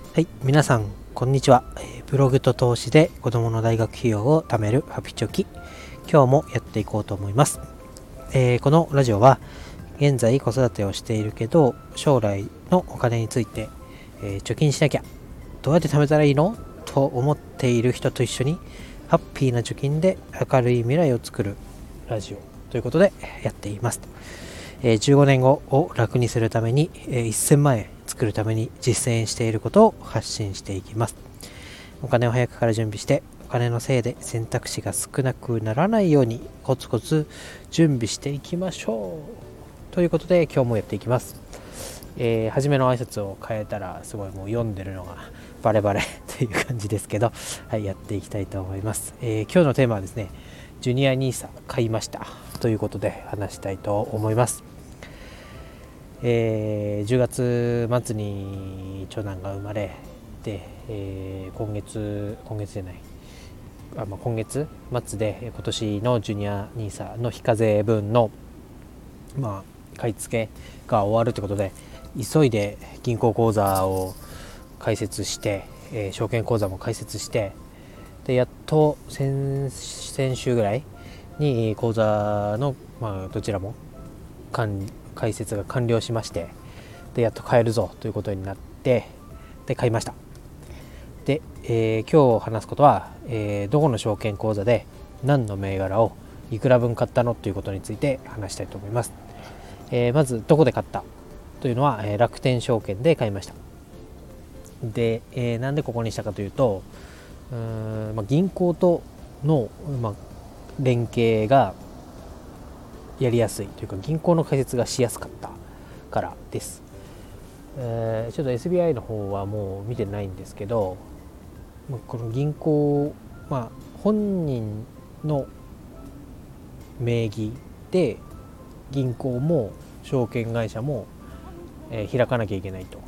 はい、皆さんこんにちは。ブログと投資で子供の大学費用を貯めるハピチョキ、今日もやっていこうと思います。このラジオは現在子育てをしているけど将来のお金について、貯金しなきゃ、どうやって貯めたらいいのと思っている人と一緒にハッピーな貯金で明るい未来を作るラジオということでやっています。15年後を楽にするために、1000万円作るために実践していることを発信していきます。お金を早くから準備して、お金のせいで選択肢が少なくならないようにコツコツ準備していきましょうということで、今日もやっていきます。初めの挨拶を変えたらすごいもう読んでるのがバレバレという感じですけど、はい、やっていきたいと思います。今日のテーマはですね、ジュニアニーサ買いましたということで話したいと思います。10月末に長男が生まれて、今月じゃない今月末で今年のジュニアニーサの非課税分の、買い付けが終わるということで、急いで銀行口座を開設して、証券口座も開設して、でやっと先週ぐらいに口座の、どちらも開設が完了しまして、でやっと買えるぞということになって、で買いました。で、今日話すことは、どこの証券口座で何の銘柄をいくら分買ったのということについて話したいと思います。まずどこで買ったというのは、楽天証券で買いました。で、なんでここにしたかというと、銀行との、連携がやりやすいというか、銀行の開設がしやすかったからです。ちょっと SBI の方はもう見てないんですけど、この銀行、本人の名義で銀行も証券会社も、開かなきゃいけないと。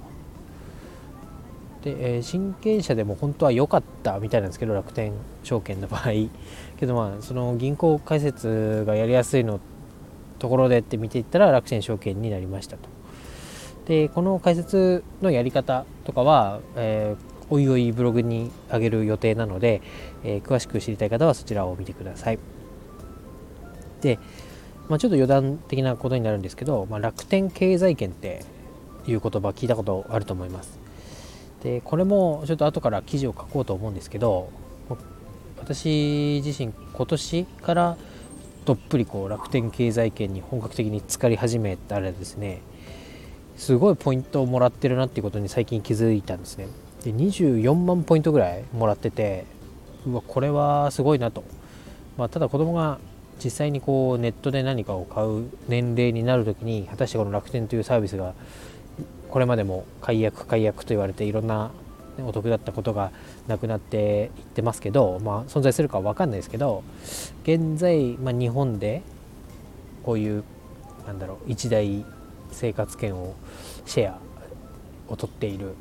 で、親権者でも本当は良かったみたいなんですけど、楽天証券の場合けど、その銀行開設がやりやすいのところでって見ていったら楽天証券になりましたと。でこの解説のやり方とかは、おいおいブログに上げる予定なので、詳しく知りたい方はそちらを見てください。で、ちょっと余談的なことになるんですけど、楽天経済圏っていう言葉聞いたことあると思います。でこれもちょっと後から記事を書こうと思うんですけど、私自身今年からどっぷり楽天経済圏に本格的に浸かり始めたらですね、すごいポイントをもらってるなっていうことに最近気づいたんですね。で24万ポイントぐらいもらってて、うわこれはすごいなと。ただ子供が実際にネットで何かを買う年齢になるときに、果たしてこの楽天というサービスがこれまでも解約と言われていろんなお得だったことがなくなっていってますけど、存在するかは分かんないですけど、現在、日本でこういう一大生活圏をシェアを取っている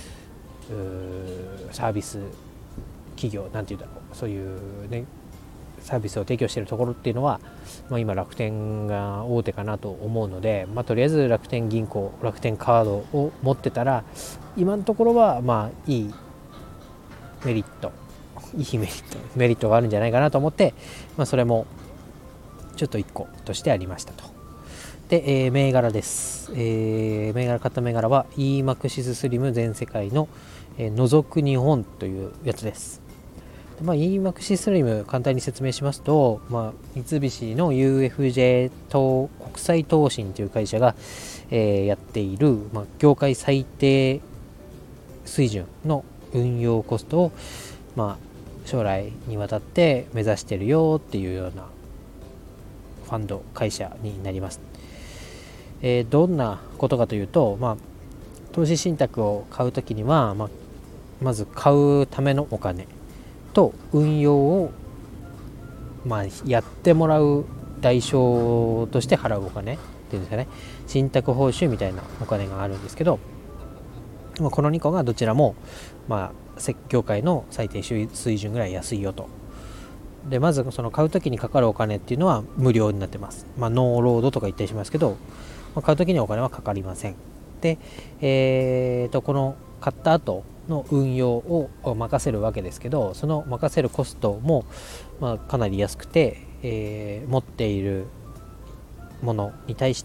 サービス企業、なんていうんだろう、そういうねサービスを提供しているところっていうのは、今楽天が大手かなと思うので、とりあえず楽天銀行、楽天カードを持ってたら今のところはいいメリットがあるんじゃないかなと思って、それもちょっと1個としてありましたと。で、銘柄です。買った銘柄は EMAXIS SLIM 全世界の、覗く日本というやつです。EMAXIS SLIM 簡単に説明しますと、三菱の UFJ 国際投信という会社が、やっている、業界最低水準の運用コストを、将来にわたって目指しているよっていうようなファンド会社になります。どんなことかというと、投資信託を買うときには、まず買うためのお金と運用を、やってもらう代償として払うお金っていうんですかね、信託報酬みたいなお金があるんですけど、この2個がどちらも、業界の最低水準ぐらい安いよと。でまずその買うときにかかるお金っていうのは無料になってます。ノーロードとか言ったりしますけど、買うときにお金はかかりません。で、この買った後の運用を任せるわけですけど、その任せるコストも、かなり安くて、持っているものに対して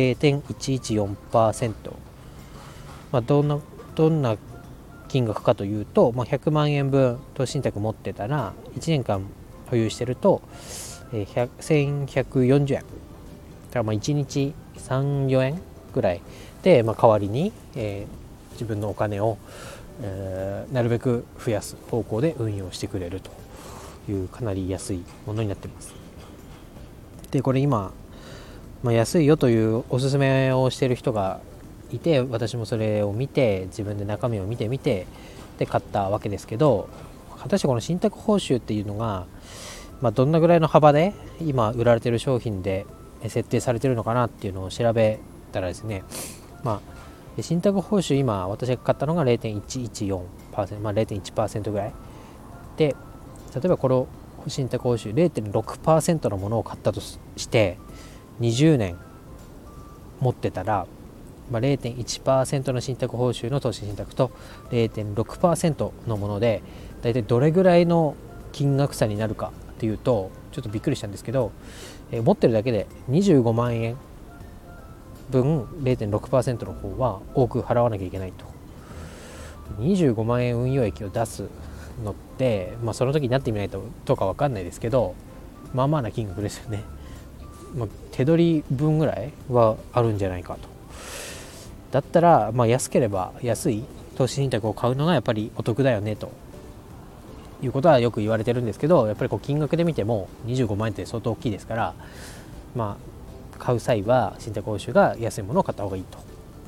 0.114%、どんな金額かというと、100万円分投資信託持ってたら1年間保有してると、1140円だから1日 3,4 円ぐらいで、代わりに、自分のお金を、なるべく増やす方向で運用してくれるというかなり安いものになっています。でこれ今、安いよというおすすめをしている人がいて、私もそれを見て自分で中身を見てで買ったわけですけど、果たしてこの信託報酬っていうのが、どんなぐらいの幅で今売られている商品で設定されているのかなっていうのを調べたらですね、信託報酬今私が買ったのが 0.114%、0.1% ぐらいで、例えばこの信託報酬 0.6% のものを買ったとして20年持ってたら、0.1% の信託報酬の投資信託と 0.6% のものでだいたいどれぐらいの金額差になるかっていうと、ちょっとびっくりしたんですけど、持ってるだけで25万円分 0.6% の方は多く払わなきゃいけないと。25万円運用益を出すのって、その時になってみないとどうか分かんないですけど、まあまあな金額ですよね。手取り分ぐらいはあるんじゃないかと。だったら、安ければ安い投資信託を買うのがやっぱりお得だよねということはよく言われてるんですけど、やっぱり金額で見ても25万円って相当大きいですから、買う際は信託報酬が安いものを買った方がいいと。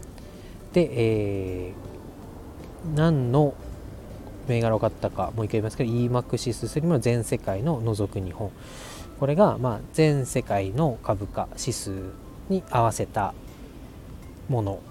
で、何の銘柄を買ったかもう一回言いますけど、 EMAXIS スリムの全世界の除く日本、これが全世界の株価指数に合わせたもの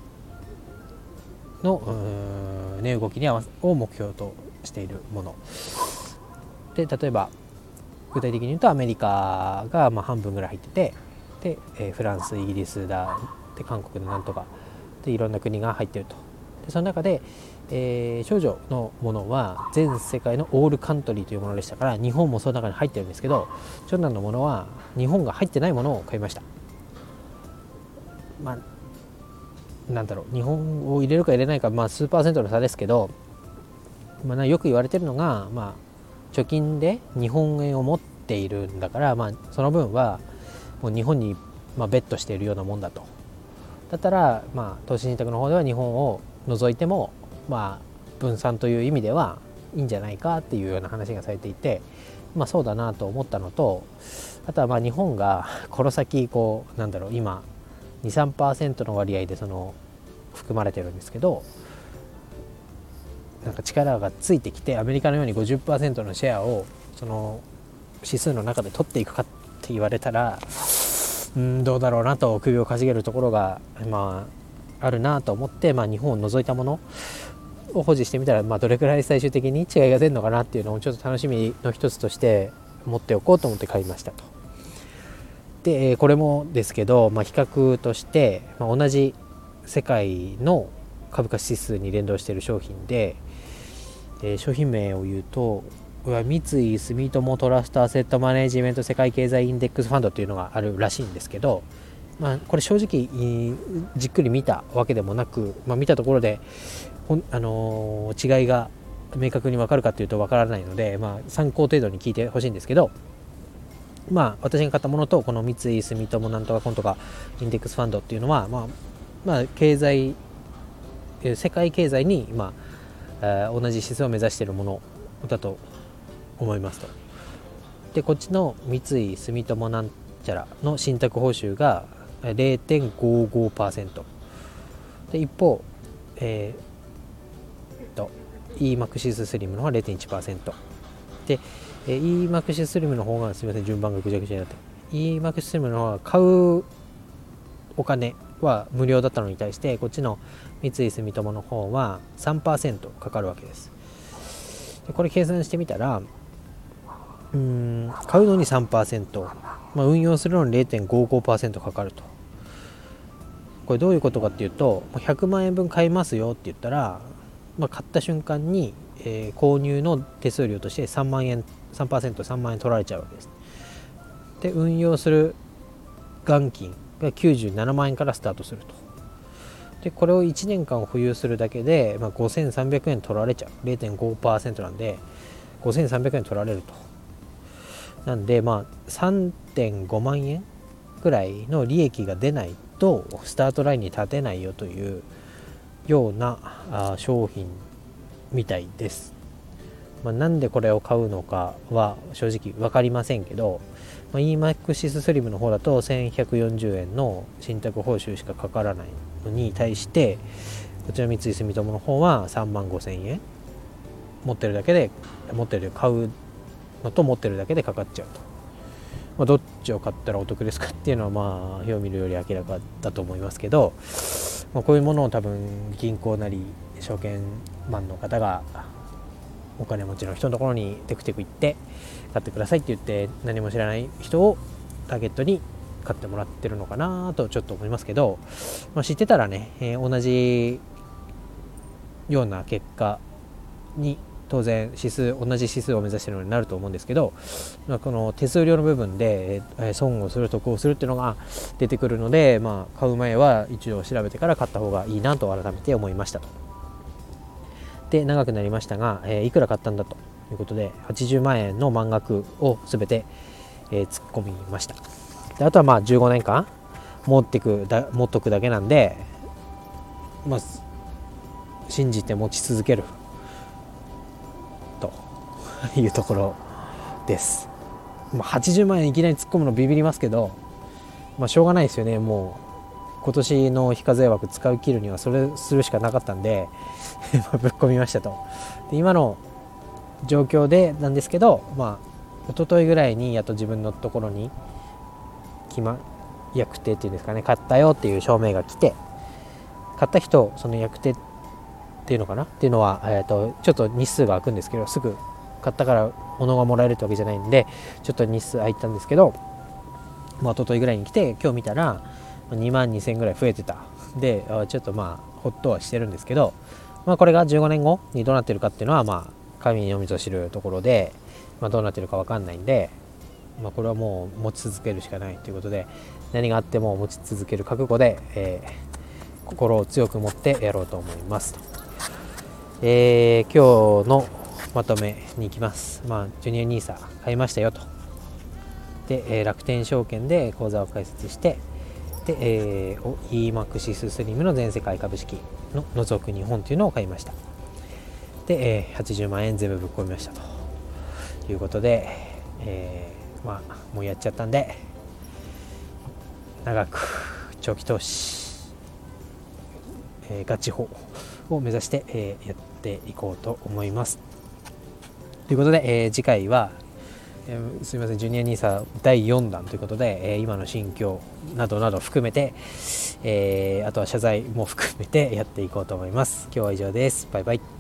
の値動きを目標としているもので、例えば具体的に言うとアメリカが半分ぐらい入ってて、で、フランス、イギリスだで、韓国のなんとかでいろんな国が入っていると。でその中で、少女のものは全世界のオールカントリーというものでしたから、日本もその中に入ってるんですけど、長男のものは日本が入ってないものを買いました。日本を入れるか入れないか、数パーセントの差ですけど、よく言われてるのが、貯金で日本円を持っているんだから、その分はもう日本にベットしているようなもんだと。だったら、投資信託の方では日本を除いても、分散という意味ではいいんじゃないかっていうような話がされていて、そうだなと思ったのと、あとは日本がこの先今 2,3% の割合で含まれてるんですけど、力がついてきてアメリカのように 50% のシェアをその指数の中で取っていくかって言われたら、どうだろうなと首をかしげるところがあるなと思って、日本を除いたものを保持してみたら、どれくらい最終的に違いが出るのかなっていうのをちょっと楽しみの一つとして持っておこうと思って買いましたと。でこれもですけど、比較として、同じ世界の株価指数に連動している商品で、商品名を言うと三井住友トラストアセットマネジメント世界経済インデックスファンドというのがあるらしいんですけど、これ正直じっくり見たわけでもなく、見たところで違いが明確に分かるかというと分からないので、参考程度に聞いてほしいんですけど、私が買ったものとこの三井住友なんとかコンとかインデックスファンドっていうのは、世界経済に同じ指数を目指しているものだと思いますと。でこっちの三井住友なんちゃらの信託報酬が 0.55% で、一方、EMAXIS スリムの方が 0.1% で、EMAXIS スリムの方が、すみません順番がぐちゃぐちゃになって、 EMAXIS スリムの方が買うお金は無料だったのに対して、こっちの三井住友の方は 3% かかるわけです。でこれ計算してみたら、買うのに 3%、運用するのに 0.55% かかると。これどういうことかっていうと、100万円分買いますよって言ったら、 買った瞬間に、購入の手数料として3万円 3%3 万円取られちゃうわけです。で運用する元金が97万円からスタートすると。でこれを1年間保有するだけで、5300円取られちゃう 0.5% なんで5300円取られると。なんで3.5 万円くらいの利益が出ないとスタートラインに立てないよというような商品みたいです。なんでこれを買うのかは正直分かりませんけど、EMAXIS Slim の方だと1140円の信託報酬しかかからないのに対して、こちら三井住友の方は3万5000円持ってる買うのと持ってるだけでかかっちゃうと。どっちを買ったらお得ですかっていうのは表を見るより明らかだと思いますけど、こういうものを多分銀行なり証券マンの方がお金持ちの人のところにテクテク行って買ってくださいって言って何も知らない人をターゲットに買ってもらってるのかなとちょっと思いますけど、知ってたらね、同じような結果に当然同じ指数を目指しているのになると思うんですけど、この手数料の部分で損をする得をするっていうのが出てくるので、買う前は一度調べてから買った方がいいなと改めて思いましたと。で長くなりましたが、いくら買ったんだということで80万円の満額を全て、突っ込みました。であとは15年間持っとくだけなんで、信じて持ち続けるというところです。80万円いきなり突っ込むのビビりますけど、しょうがないですよね。もう今年の非課税枠使い切るにはそれするしかなかったんでぶっ込みましたと。で今の状況でなんですけど、一昨日ぐらいにやっと自分のところに役手っていうんですかね、買ったよっていう証明が来て、買った人その役手っていうのかなっていうのは、ちょっと日数が空くんですけど、すぐ買ったから物がもらえるってわけじゃないんでちょっと日数空いたんですけど、一昨日ぐらいに来て今日見たら2万2000ぐらい増えてた。でちょっとほっとはしてるんですけど、これが15年後にどうなってるかっていうのは神のみぞ知るところで、どうなってるか分かんないんで、これはもう持ち続けるしかないということで、何があっても持ち続ける覚悟で、心を強く持ってやろうと思いますと。今日のまとめに行きます。ジュニアNISA買いましたよと。で、楽天証券で口座を開設して、で、EMAXIS Slim の全世界株式の除く日本というのを買いました。で、80万円全部ぶっ込みましたということで、もうやっちゃったんで、長く長期投資、ガチ法を目指して、やっていこうと思います。ということで、次回は、すみません、ジュニアNISA第4弾ということで、今の心境などなど含めて、あとは謝罪も含めてやっていこうと思います。今日は以上です。バイバイ。